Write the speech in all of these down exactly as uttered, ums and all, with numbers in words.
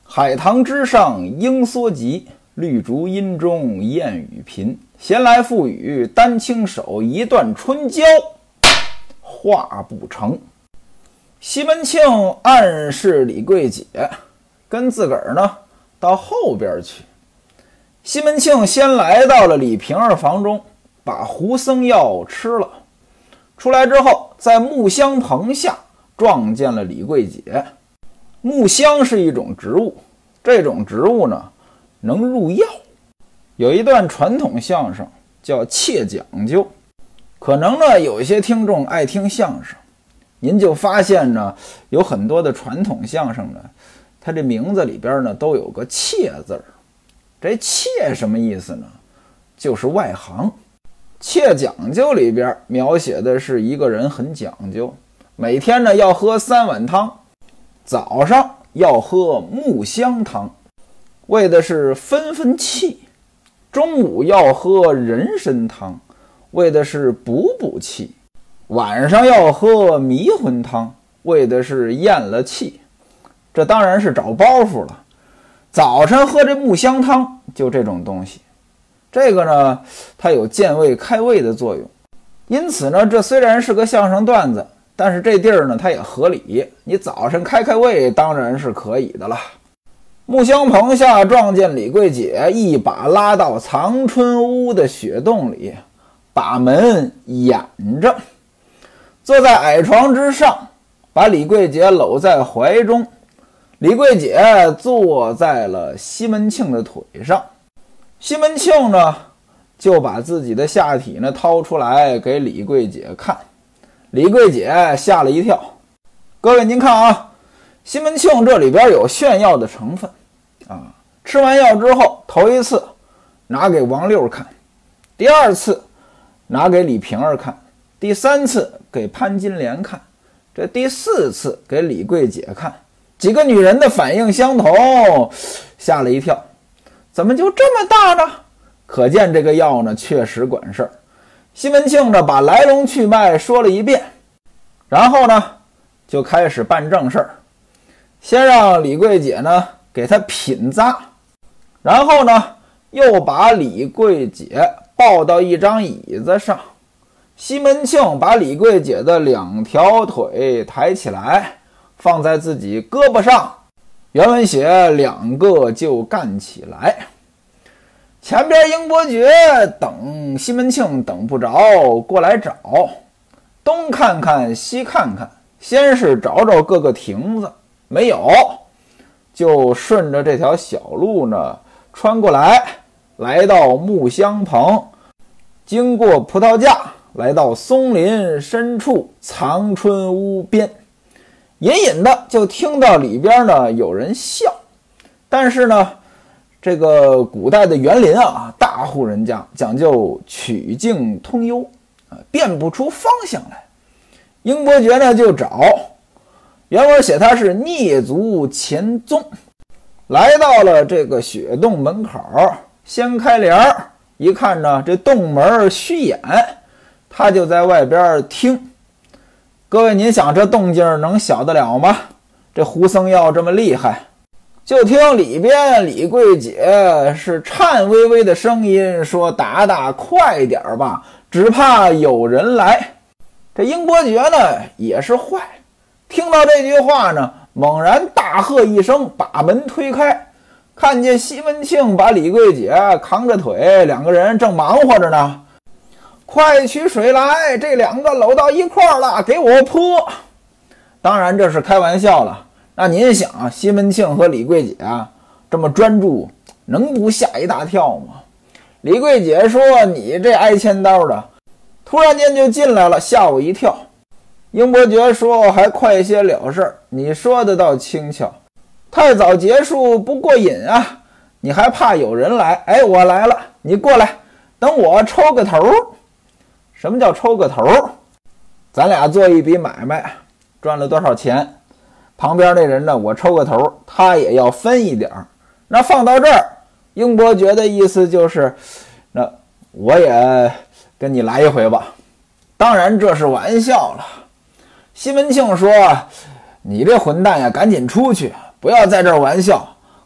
海棠之上莺缩集，绿竹阴中燕语频。闲来复语丹青手，一段春娇话不成。西门庆暗示李桂姐跟自个儿呢到后边去。西门庆先来到了李瓶儿房中，把胡僧药吃了。出来之后，在木香棚下撞见了李桂姐。木香是一种植物，这种植物呢能入药。有一段传统相声叫切讲究，可能呢有一些听众爱听相声，您就发现呢有很多的传统相声呢，它这名字里边呢都有个切字儿。这切什么意思呢？就是外行。切讲究里边描写的是一个人很讲究，每天呢要喝三碗汤，早上要喝木香汤，为的是分分气；中午要喝人参汤，为的是补补气；晚上要喝迷魂汤，为的是咽了气。这当然是找包袱了。早晨喝这木香汤就这种东西，这个呢它有健胃开胃的作用。因此呢，这虽然是个相声段子，但是这地儿呢它也合理，你早晨开开胃当然是可以的了。木香棚下撞见李桂姐，一把拉到藏春屋的雪洞里，把门掩着，坐在矮床之上，把李桂姐搂在怀中。李桂姐坐在了西门庆的腿上，西门庆呢就把自己的下体呢掏出来给李桂姐看。李桂姐吓了一跳。各位您看啊，西门庆这里边有炫耀的成分啊。吃完药之后，头一次拿给王六看，第二次拿给李瓶儿看，第三次给潘金莲看，这第四次给李桂姐看。几个女人的反应相同，吓了一跳。怎么就这么大呢？可见这个药呢确实管事儿。西门庆呢把来龙去脉说了一遍，然后呢就开始办正事儿。先让李桂姐呢给他品咂，然后呢又把李桂姐抱到一张椅子上。西门庆把李桂姐的两条腿抬起来，放在自己胳膊上，原文写两个就干起来。前边英伯爵等西门庆等不着，过来找，东看看西看看，先是找找各个亭子，没有，就顺着这条小路呢穿过来，来到木香棚，经过葡萄架，来到松林深处藏春屋边。隐隐的就听到里边呢有人笑，但是呢这个古代的园林啊，大户人家讲究曲径通幽啊，辨不出方向来。英伯爵呢就找，原文写他是蹑足前踪，来到了这个雪洞门口，掀开帘一看呢，这洞门虚掩，他就在外边听。各位您想这动静能小得了吗？这胡僧药这么厉害。就听里边李桂姐是颤巍巍的声音说，达达快点吧，只怕有人来。这英伯爵呢也是坏，听到这句话呢猛然大喝一声，把门推开，看见西门庆把李桂姐扛着腿，两个人正忙活着呢。快取水来，这两个搂到一块儿了，给我泼。当然这是开玩笑了。那您想啊，西门庆和李桂姐啊这么专注，能不吓一大跳吗？李桂姐说，你这挨千刀的突然间就进来了，吓我一跳。英伯爵说，还快些了事儿，你说的倒轻巧，太早结束不过瘾啊，你还怕有人来。哎，我来了，你过来，等我抽个头。什么叫抽个头？咱俩做一笔买卖，赚了多少钱，旁边那人呢我抽个头，他也要分一点。那放到这儿，英伯爵的意思就是那我也跟你来一回吧。当然这是玩笑了。西门庆说，你这混蛋呀，赶紧出去，不要在这儿玩笑，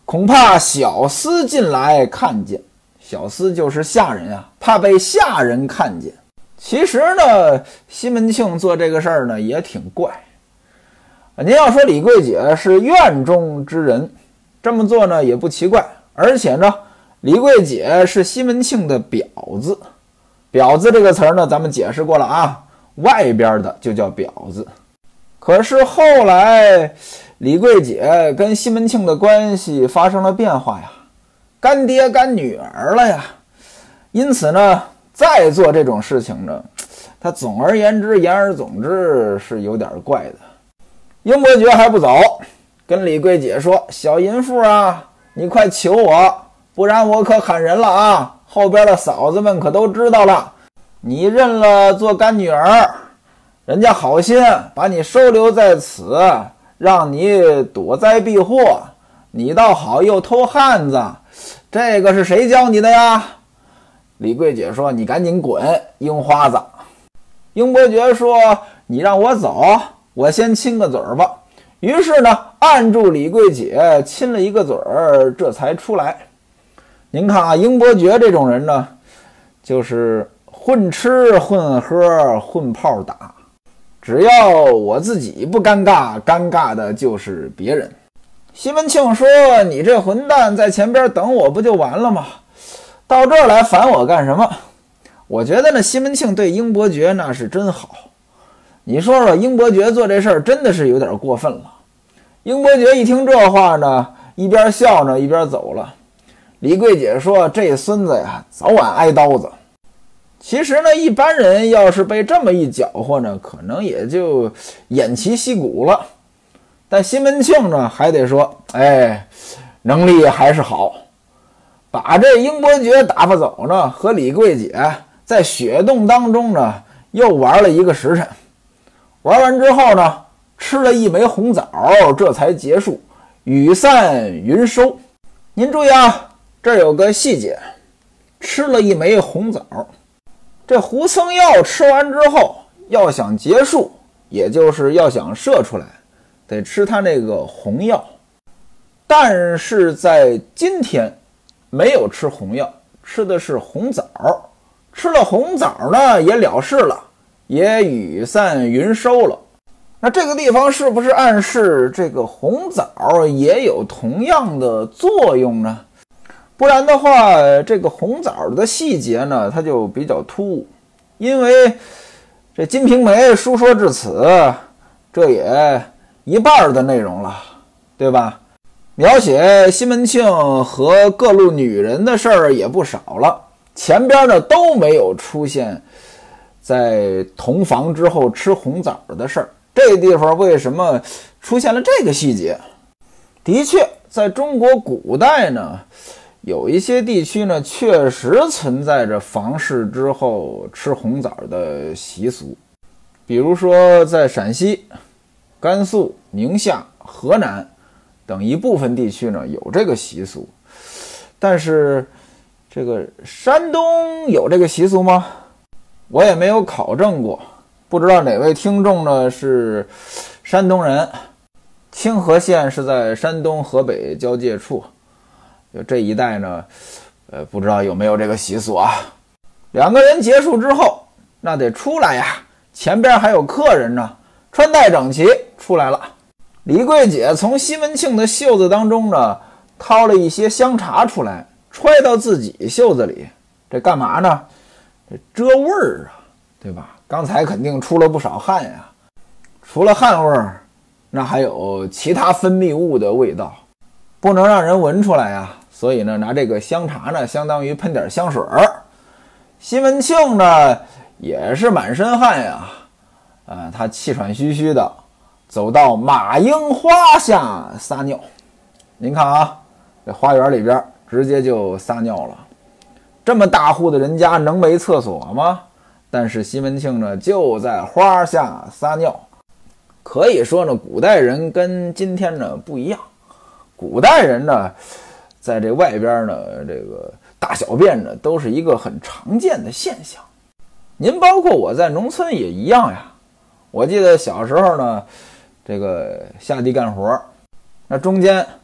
恐怕小厮进来看见。小厮就是下人啊，怕被下人看见。其实呢，西门庆做这个事儿呢也挺怪。您要说李桂姐是院中之人，这么做呢也不奇怪。而且呢，李桂姐是西门庆的婊子。婊子这个词儿呢，咱们解释过了啊，外边的就叫婊子。可是后来李桂姐跟西门庆的关系发生了变化呀，干爹干女儿了呀。因此呢，再做这种事情呢，他总而言之言而总之是有点怪的。英伯爵还不走，跟李桂姐说：“小淫妇啊，你快求我，不然我可喊人了啊！后边的嫂子们可都知道了，你认了做干女儿，人家好心把你收留在此，让你躲灾避祸，你倒好又偷汉子，这个是谁教你的呀？”李桂姐说：“你赶紧滚，樱花子。”英伯爵说：“你让我走，我先亲个嘴儿吧。”于是呢，按住李桂姐亲了一个嘴儿，这才出来。您看啊，英伯爵这种人呢，就是混吃混喝混炮打，只要我自己不尴尬，尴尬的就是别人。西门庆说：“你这混蛋在前边等我不就完了吗？到这儿来烦我干什么？”我觉得呢，西门庆对英伯爵那是真好。你说说，英伯爵做这事儿真的是有点过分了。英伯爵一听这话呢，一边笑着一边走了。李桂姐说：“这孙子呀，早晚挨刀子。”其实呢，一般人要是被这么一搅和呢，可能也就偃旗息鼓了。但西门庆呢，还得说：“哎，能力还是好。”把这英伯爵打发走呢，和李桂姐在雪洞当中呢，又玩了一个时辰。玩完之后呢，吃了一枚红枣，这才结束，雨散云收。您注意啊，这儿有个细节，吃了一枚红枣。这胡僧药吃完之后，要想结束，也就是要想射出来，得吃他那个红药。但是在今天没有吃红药，吃的是红枣。吃了红枣呢，也了事了，也雨散云收了。那这个地方是不是暗示这个红枣也有同样的作用呢？不然的话，这个红枣的细节呢，它就比较突兀。因为这《金瓶梅》书说至此，这也一半的内容了，对吧？描写西门庆和各路女人的事儿也不少了，前边呢都没有出现在同房之后吃红枣的事儿。这地方为什么出现了这个细节？的确，在中国古代呢，有一些地区呢确实存在着房事之后吃红枣的习俗。比如说在陕西、甘肃、宁夏、河南等一部分地区呢有这个习俗。但是这个山东有这个习俗吗？我也没有考证过，不知道哪位听众呢是山东人。清河县是在山东河北交界处，就这一带呢，呃，不知道有没有这个习俗啊。两个人结束之后，那得出来呀，前边还有客人呢，穿戴整齐出来了。李桂姐从西门庆的袖子当中呢，掏了一些香茶出来，揣到自己袖子里，这干嘛呢？这遮味儿啊，对吧？刚才肯定出了不少汗呀，除了汗味儿，那还有其他分泌物的味道，不能让人闻出来呀。所以呢，拿这个香茶呢，相当于喷点香水儿。西门庆呢，也是满身汗呀，啊，他气喘吁吁的走到马樱花下撒尿。您看啊，这花园里边直接就撒尿了。这么大户的人家能没厕所吗？但是西门庆呢，就在花下撒尿。可以说呢，古代人跟今天呢不一样。古代人呢，在这外边呢，这个大小便呢，都是一个很常见的现象。您包括我在农村也一样呀。我记得小时候呢，这个下地干活，那中间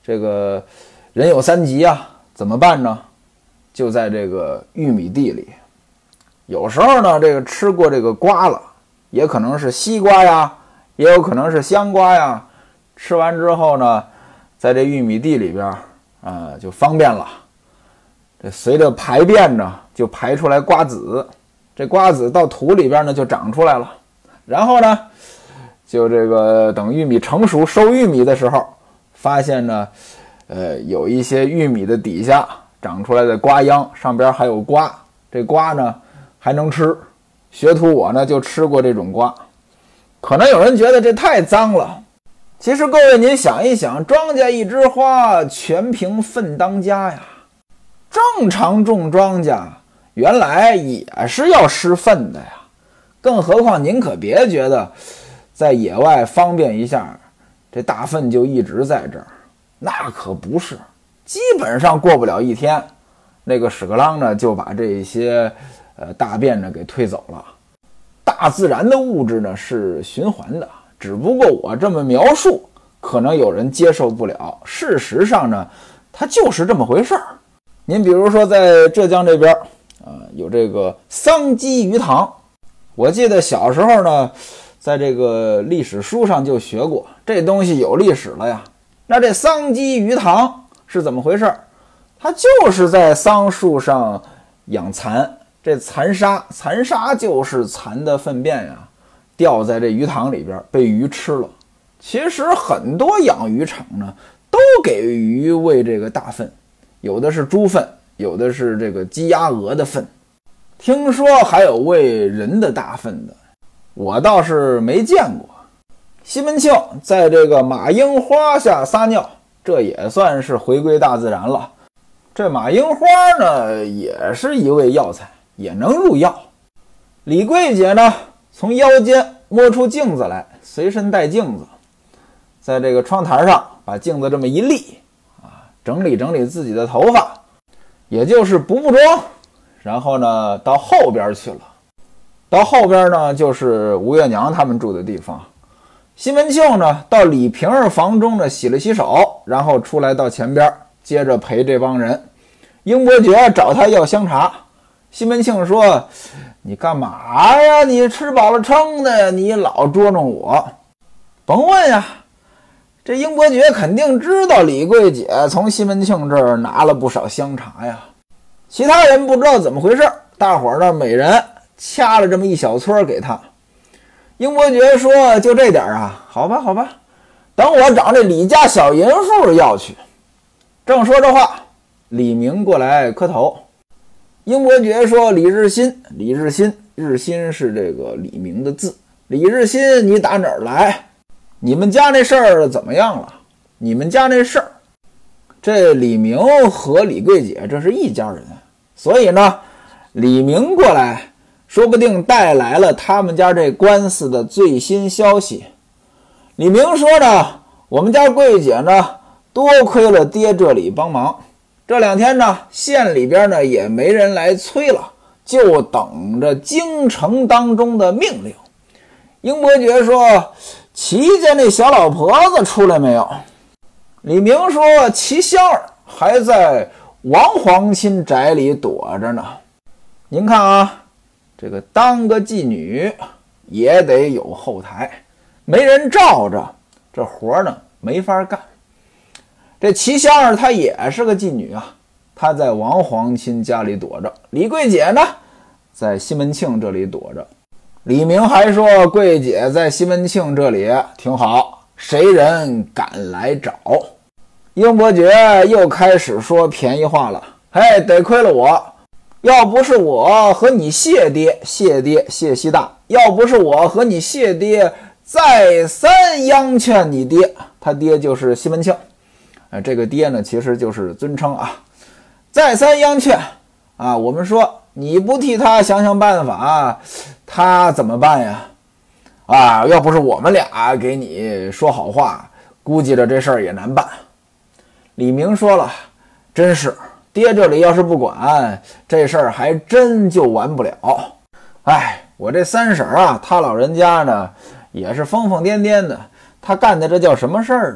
这个人有三急啊，怎么办呢？就在这个玉米地里。有时候呢，这个吃过这个瓜了，也可能是西瓜呀，也有可能是香瓜呀。吃完之后呢，在这玉米地里边啊、呃，就方便了。这随着排便呢，就排出来瓜子，这瓜子到土里边呢就长出来了。然后呢，就这个等玉米成熟收玉米的时候，发现呢，呃，有一些玉米的底下长出来的瓜秧，上边还有瓜，这瓜呢还能吃。学徒我呢就吃过这种瓜。可能有人觉得这太脏了，其实各位您想一想，庄稼一枝花，全凭粪当家呀。正常种庄稼原来也是要施粪的呀，更何况您可别觉得在野外方便一下，这大粪就一直在这儿，那可不是。基本上过不了一天，那个屎壳郎呢就把这些呃大便呢给推走了。大自然的物质呢是循环的，只不过我这么描述可能有人接受不了，事实上呢它就是这么回事儿。您比如说在浙江这边啊、呃，有这个桑基鱼塘，我记得小时候呢在这个历史书上就学过，这东西有历史了呀。那这桑基鱼塘是怎么回事？它就是在桑树上养蚕，这蚕沙，蚕沙就是蚕的粪便呀，掉在这鱼塘里边被鱼吃了。其实很多养鱼场呢都给鱼喂这个大粪，有的是猪粪，有的是这个鸡鸭鹅的粪，听说还有喂人的大粪的，我倒是没见过。西门庆在这个马樱花下撒尿，这也算是回归大自然了。这马樱花呢也是一味药材，也能入药。李桂姐呢从腰间摸出镜子来，随身带镜子，在这个窗台上把镜子这么一立啊，整理整理自己的头发，也就是补补妆，然后呢到后边去了。到后边呢就是吴月娘他们住的地方。西门庆呢到李瓶儿房中呢洗了洗手，然后出来到前边接着陪这帮人。英伯爵找他要香茶，西门庆说：“你干嘛呀？你吃饱了撑的呀，你老捉弄我。”甭问呀，这英伯爵肯定知道李桂姐从西门庆这儿拿了不少香茶呀。其他人不知道怎么回事，大伙儿呢每人掐了这么一小撮给他。英伯爵说：“就这点啊？好吧好吧，等我找这李家小淫妇要去。”正说着话，李明过来磕头。英伯爵说：“李日新，李日新，日新是这个李明的字。李日新，你打哪儿来？你们家那事儿怎么样了？你们家那事儿，这李明和李桂姐这是一家人，所以呢，李明过来，说不定带来了他们家这官司的最新消息。”李明说呢：“我们家桂姐呢，多亏了爹这里帮忙。这两天呢，县里边呢也没人来催了，就等着京城当中的命令。”英伯爵说：“齐家那小老婆子出来没有？”李明说：“齐香儿还在王皇亲宅里躲着呢。”您看啊，这个当个妓女也得有后台，没人罩着，这活呢没法干。这齐香儿她也是个妓女啊，她在王皇亲家里躲着，李桂姐呢在西门庆这里躲着。李明还说桂姐在西门庆这里挺好，谁人敢来找？英伯爵又开始说便宜话了：“嘿，得亏了我，要不是我和你谢爹，谢爹谢西大，要不是我和你谢爹再三央劝你爹，他爹就是西门庆。呃，这个爹呢其实就是尊称啊，再三央劝啊，我们说你不替他想想办法，他怎么办呀？啊，要不是我们俩给你说好话，估计着这事儿也难办。”李明说了：“真是，爹这里要是不管，这事儿还真就完不了。哎，我这三婶啊，她老人家呢也是疯疯癫癫的，她干的这叫什么事儿啊？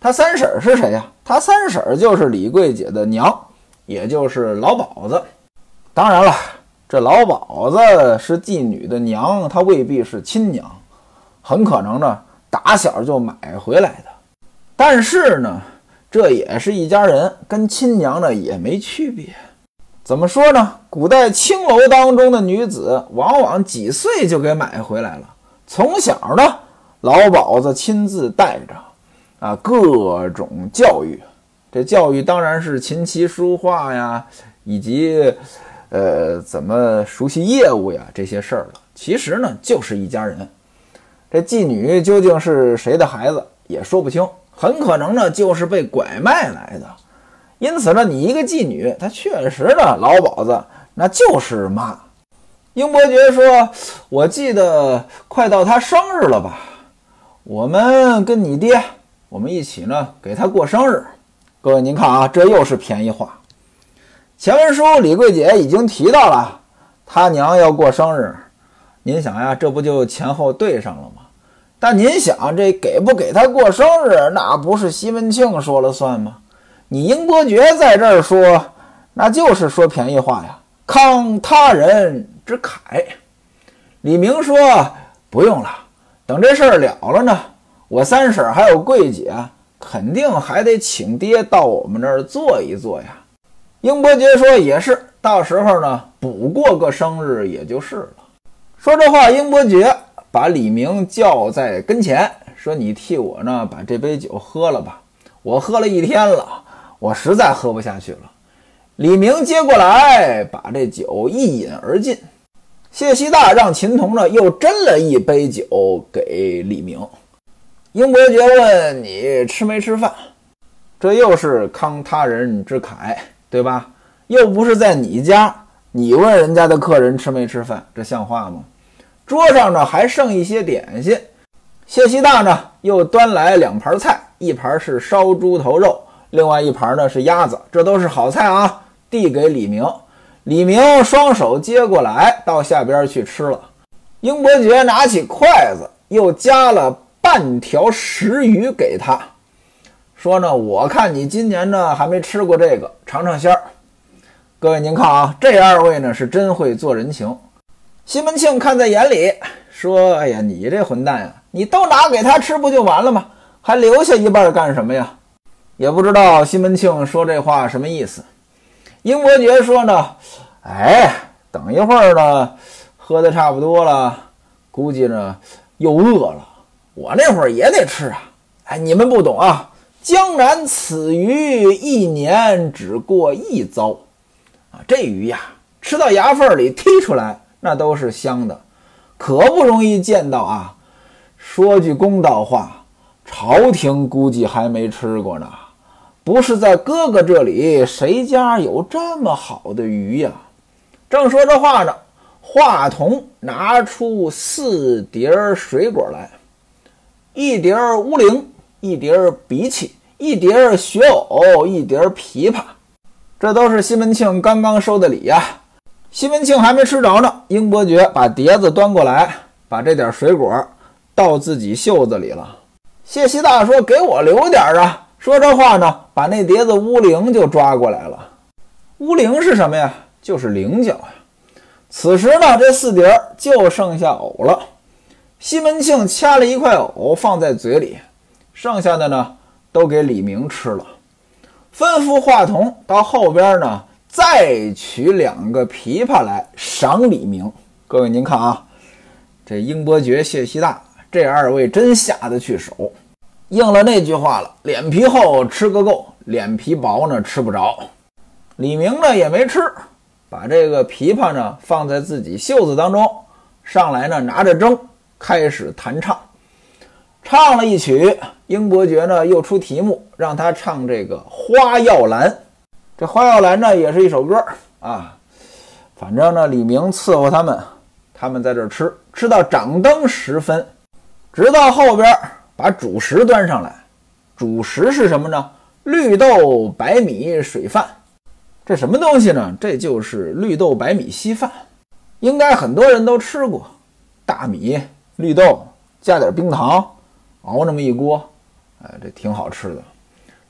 他三婶是谁呀？他三婶就是李桂姐的娘，也就是老鸨子。当然了，这老鸨子是妓女的娘，她未必是亲娘，很可能呢打小就买回来的。但是呢，这也是一家人，跟亲娘呢也没区别。怎么说呢？古代青楼当中的女子，往往几岁就给买回来了。从小呢，老鸨子亲自带着，啊，各种教育。这教育当然是琴棋书画呀，以及呃怎么熟悉业务呀这些事儿了。其实呢，就是一家人。这妓女究竟是谁的孩子，也说不清，很可能呢就是被拐卖来的。因此呢，你一个妓女，她确实的老鸨子那就是妈。英伯爵说，我记得快到他生日了吧，我们跟你爹我们一起呢给他过生日。各位您看啊，这又是便宜话。前文书李桂姐已经提到了他娘要过生日，您想呀，这不就前后对上了吗？但您想，这给不给他过生日，那不是西门庆说了算吗？你英伯爵在这儿说，那就是说便宜话呀，慷他人之慨。李明说，不用了，等这事儿了了呢，我三婶还有桂姐肯定还得请爹到我们这儿坐一坐呀。英伯爵说，也是，到时候呢补过个生日也就是了。说这话，英伯爵把李明叫在跟前，说你替我呢把这杯酒喝了吧，我喝了一天了，我实在喝不下去了。李明接过来，把这酒一饮而尽。谢希大让秦童呢又斟了一杯酒给李明。英伯爵问，你吃没吃饭？这又是慷他人之慨，对吧？又不是在你家，你问人家的客人吃没吃饭，这像话吗？桌上呢还剩一些点心，谢希大呢又端来两盘菜，一盘是烧猪头肉，另外一盘呢是鸭子，这都是好菜啊，递给李明。李明双手接过来，到下边去吃了。英伯爵拿起筷子，又夹了半条石鱼给他，说呢，我看你今年呢还没吃过这个，尝尝鲜儿。各位您看啊，这二位呢是真会做人情。西门庆看在眼里，说，哎呀，你这混蛋呀，你都拿给他吃不就完了吗？还留下一半干什么呀？也不知道西门庆说这话什么意思。英伯爵说呢，哎，等一会儿呢喝的差不多了，估计呢又饿了，我那会儿也得吃啊。哎，你们不懂啊，江南此鱼一年只过一遭啊，这鱼呀吃到牙缝里剔出来那都是香的，可不容易见到啊。说句公道话，朝廷估计还没吃过呢，不是在哥哥这里，谁家有这么好的鱼呀？正说这话呢，华童拿出四碟水果来，一碟乌灵，一碟荸荠，一碟雪藕，一碟枇杷，这都是西门庆刚刚收的礼呀。西门庆还没吃着呢，英伯爵把碟子端过来，把这点水果到自己袖子里了。谢希大说，给我留点啊。说这话呢，把那碟子乌灵就抓过来了。乌灵是什么呀？就是菱角呀。此时呢，这四碟就剩下藕了。西门庆掐了一块藕放在嘴里，剩下的呢都给李明吃了。吩咐华童到后边呢再取两个枇杷来赏李明。各位您看啊，这英伯爵、谢希大这二位真下得去手。应了那句话了，脸皮厚吃个够，脸皮薄呢吃不着。李明呢也没吃，把这个枇杷呢放在自己袖子当中，上来呢拿着筝开始弹唱。唱了一曲，英伯爵呢又出题目让他唱这个花药兰。这花药兰呢也是一首歌啊，反正呢李明伺候他们，他们在这吃，吃到掌灯时分，直到后边把主食端上来。主食是什么呢？绿豆白米水饭。这什么东西呢？这就是绿豆白米稀饭，应该很多人都吃过。大米绿豆加点冰糖熬那么一锅，哎，这挺好吃的。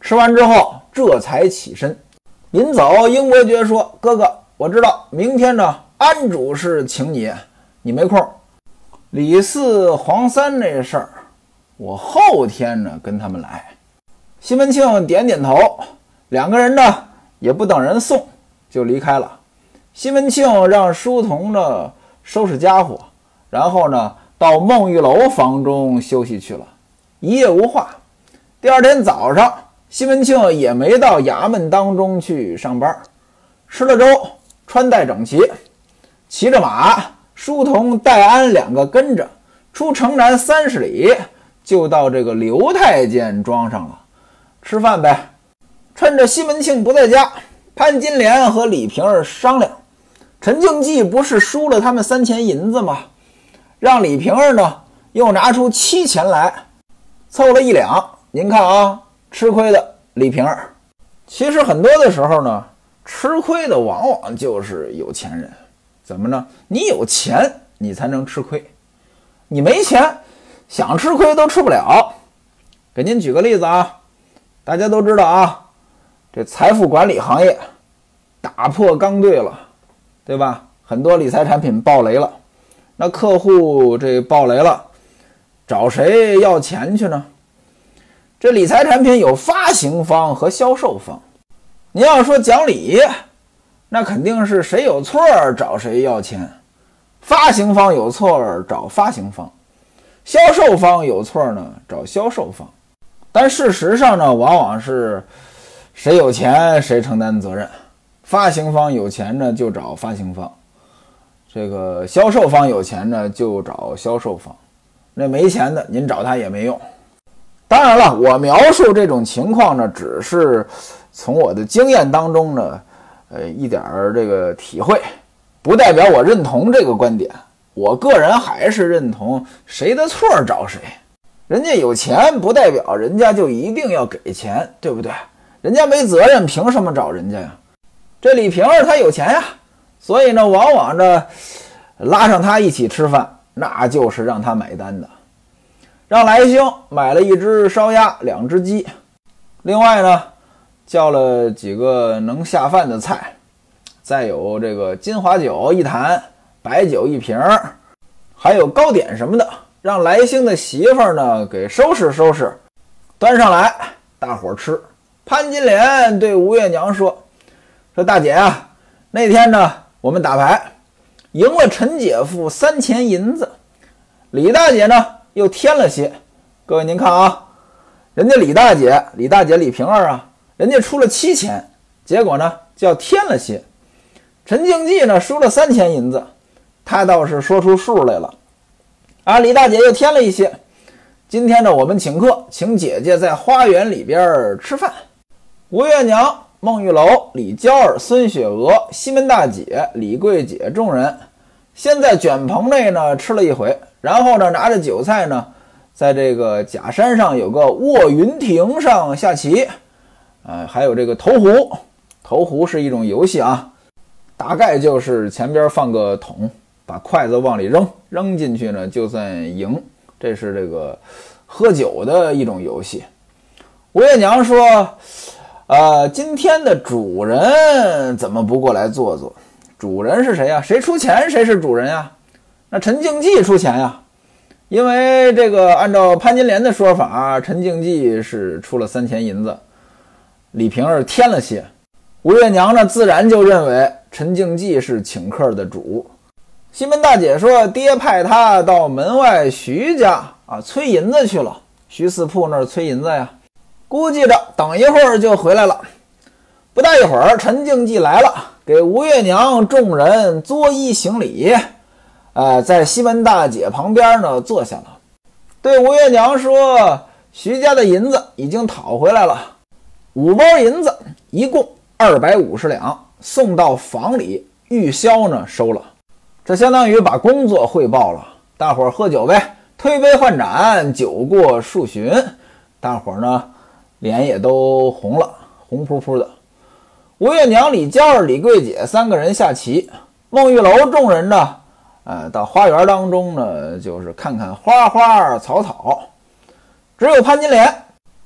吃完之后这才起身。临走，英伯爵说：“哥哥，我知道明天呢安主是请你，你没空。李四、黄三那事儿，我后天呢跟他们来。”西门庆点点头，两个人呢也不等人送，就离开了。西门庆让书童呢收拾家伙，然后呢到孟玉楼房中休息去了，一夜无话。第二天早上，西门庆也没到衙门当中去上班，吃了粥，穿戴整齐，骑着马，书童戴安两个跟着，出城南三十里，就到这个刘太监庄上了，吃饭呗。趁着西门庆不在家，潘金莲和李瓶儿商量，陈静济不是输了他们三钱银子吗？让李瓶儿呢又拿出七钱来，凑了一两。您看啊，吃亏的李瓶儿。其实很多的时候呢，吃亏的往往就是有钱人。怎么呢？你有钱你才能吃亏，你没钱想吃亏都吃不了。给您举个例子啊，大家都知道啊，这财富管理行业打破刚兑了，对吧？很多理财产品爆雷了，那客户这爆雷了，找谁要钱去呢？这理财产品有发行方和销售方，你要说讲理，那肯定是谁有错找谁要钱，发行方有错找发行方，销售方有错呢找销售方。但事实上呢，往往是谁有钱谁承担责任，发行方有钱呢就找发行方，这个销售方有钱呢就找销售方，那没钱的您找他也没用。当然了，我描述这种情况呢，只是从我的经验当中呢，呃，一点这个体会，不代表我认同这个观点。我个人还是认同谁的错找谁，人家有钱不代表人家就一定要给钱，对不对？人家没责任，凭什么找人家呀？这李瓶儿他有钱呀，所以呢，往往呢拉上他一起吃饭，那就是让他买单的。让来兴买了一只烧鸭，两只鸡，另外呢叫了几个能下饭的菜，再有这个金华酒一坛，白酒一瓶，还有糕点什么的，让来兴的媳妇儿呢给收拾收拾，端上来大伙吃。潘金莲对吴月娘说：“说大姐啊，那天呢我们打牌赢了陈姐夫三钱银子，李大姐呢又添了些。各位您看啊，人家李大姐李大姐李瓶儿啊，人家出了七钱，结果呢就要添了些。陈静济呢输了三钱银子，他倒是说出数来了啊，李大姐又添了一些。今天呢我们请客，请姐姐在花园里边吃饭。吴月娘、孟玉楼、李娇儿、孙雪娥、西门大姐、李桂姐众人先在卷棚内呢吃了一回，然后呢拿着酒菜呢在这个假山上有个卧云亭上下棋，呃，还有这个投壶。投壶是一种游戏啊，大概就是前边放个桶，把筷子往里扔，扔进去呢就算赢，这是这个喝酒的一种游戏。吴月娘说呃，今天的主人怎么不过来坐坐？主人是谁呀？谁出钱谁是主人呀？那陈静济出钱呀，因为这个按照潘金莲的说法，陈静济是出了三钱银子，李瓶儿添了些。吴月娘呢自然就认为陈静济是请客的主。西门大姐说爹派他到门外徐家啊催银子去了，徐四铺那儿催银子呀，估计着等一会儿就回来了。不大一会儿陈静济来了，给吴月娘众人作揖行礼，呃，在西门大姐旁边呢坐下了，对吴月娘说徐家的银子已经讨回来了，五包银子一共二百五十两，送到房里，玉箫呢收了。这相当于把工作汇报了，大伙儿喝酒呗，推杯换盏，酒过数巡，大伙儿呢脸也都红了，红扑扑的。吴月娘、李娇儿、李桂姐三个人下棋，孟玉楼众人呢呃，到花园当中呢就是看看花花草草。只有潘金莲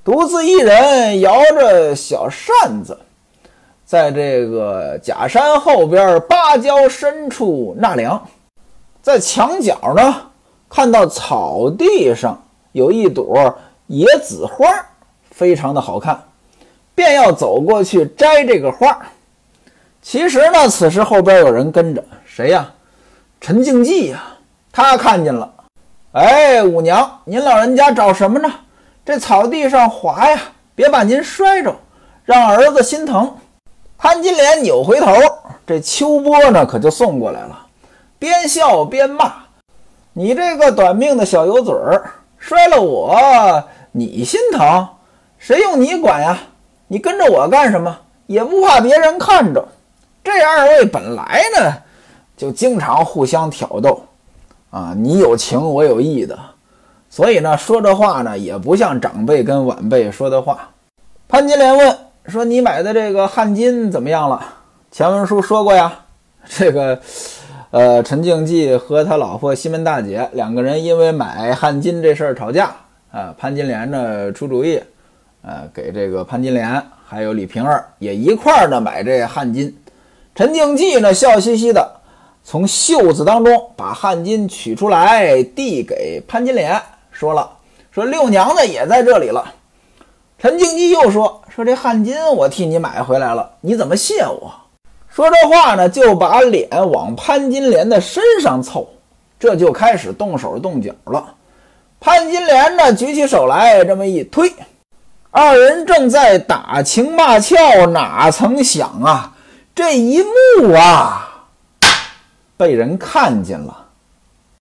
独自一人摇着小扇子，在这个假山后边芭蕉深处纳凉。在墙角呢，看到草地上有一朵野紫花，非常的好看，便要走过去摘这个花。其实呢，此时后边有人跟着，谁呀？陈静济呀，他看见了。哎，五娘，您老人家找什么呢？这草地上滑呀，别把您摔着，让儿子心疼。潘金莲扭回头，这秋波呢可就送过来了，边笑边骂：你这个短命的小油嘴儿，摔了我你心疼？谁用你管呀？你跟着我干什么？也不怕别人看着。这二位本来呢就经常互相挑逗啊，你有情我有意的，所以呢说这话呢也不像长辈跟晚辈说的话。潘金莲问说：你买的这个汗巾怎么样了？前文书说过呀，这个呃陈静济和他老婆西门大姐两个人因为买汗巾这事儿吵架啊，潘金莲呢出主意，呃给这个潘金莲还有李瓶儿也一块儿呢买这汗巾。陈静济呢笑嘻嘻的从袖子当中把汗巾取出来递给潘金莲，说了说六娘子也在这里了。陈静济又说说这汗巾我替你买回来了，你怎么谢我？说这话呢就把脸往潘金莲的身上凑，这就开始动手动脚了。潘金莲呢举起手来这么一推，二人正在打情骂俏，哪曾想啊，这一幕啊被人看见了。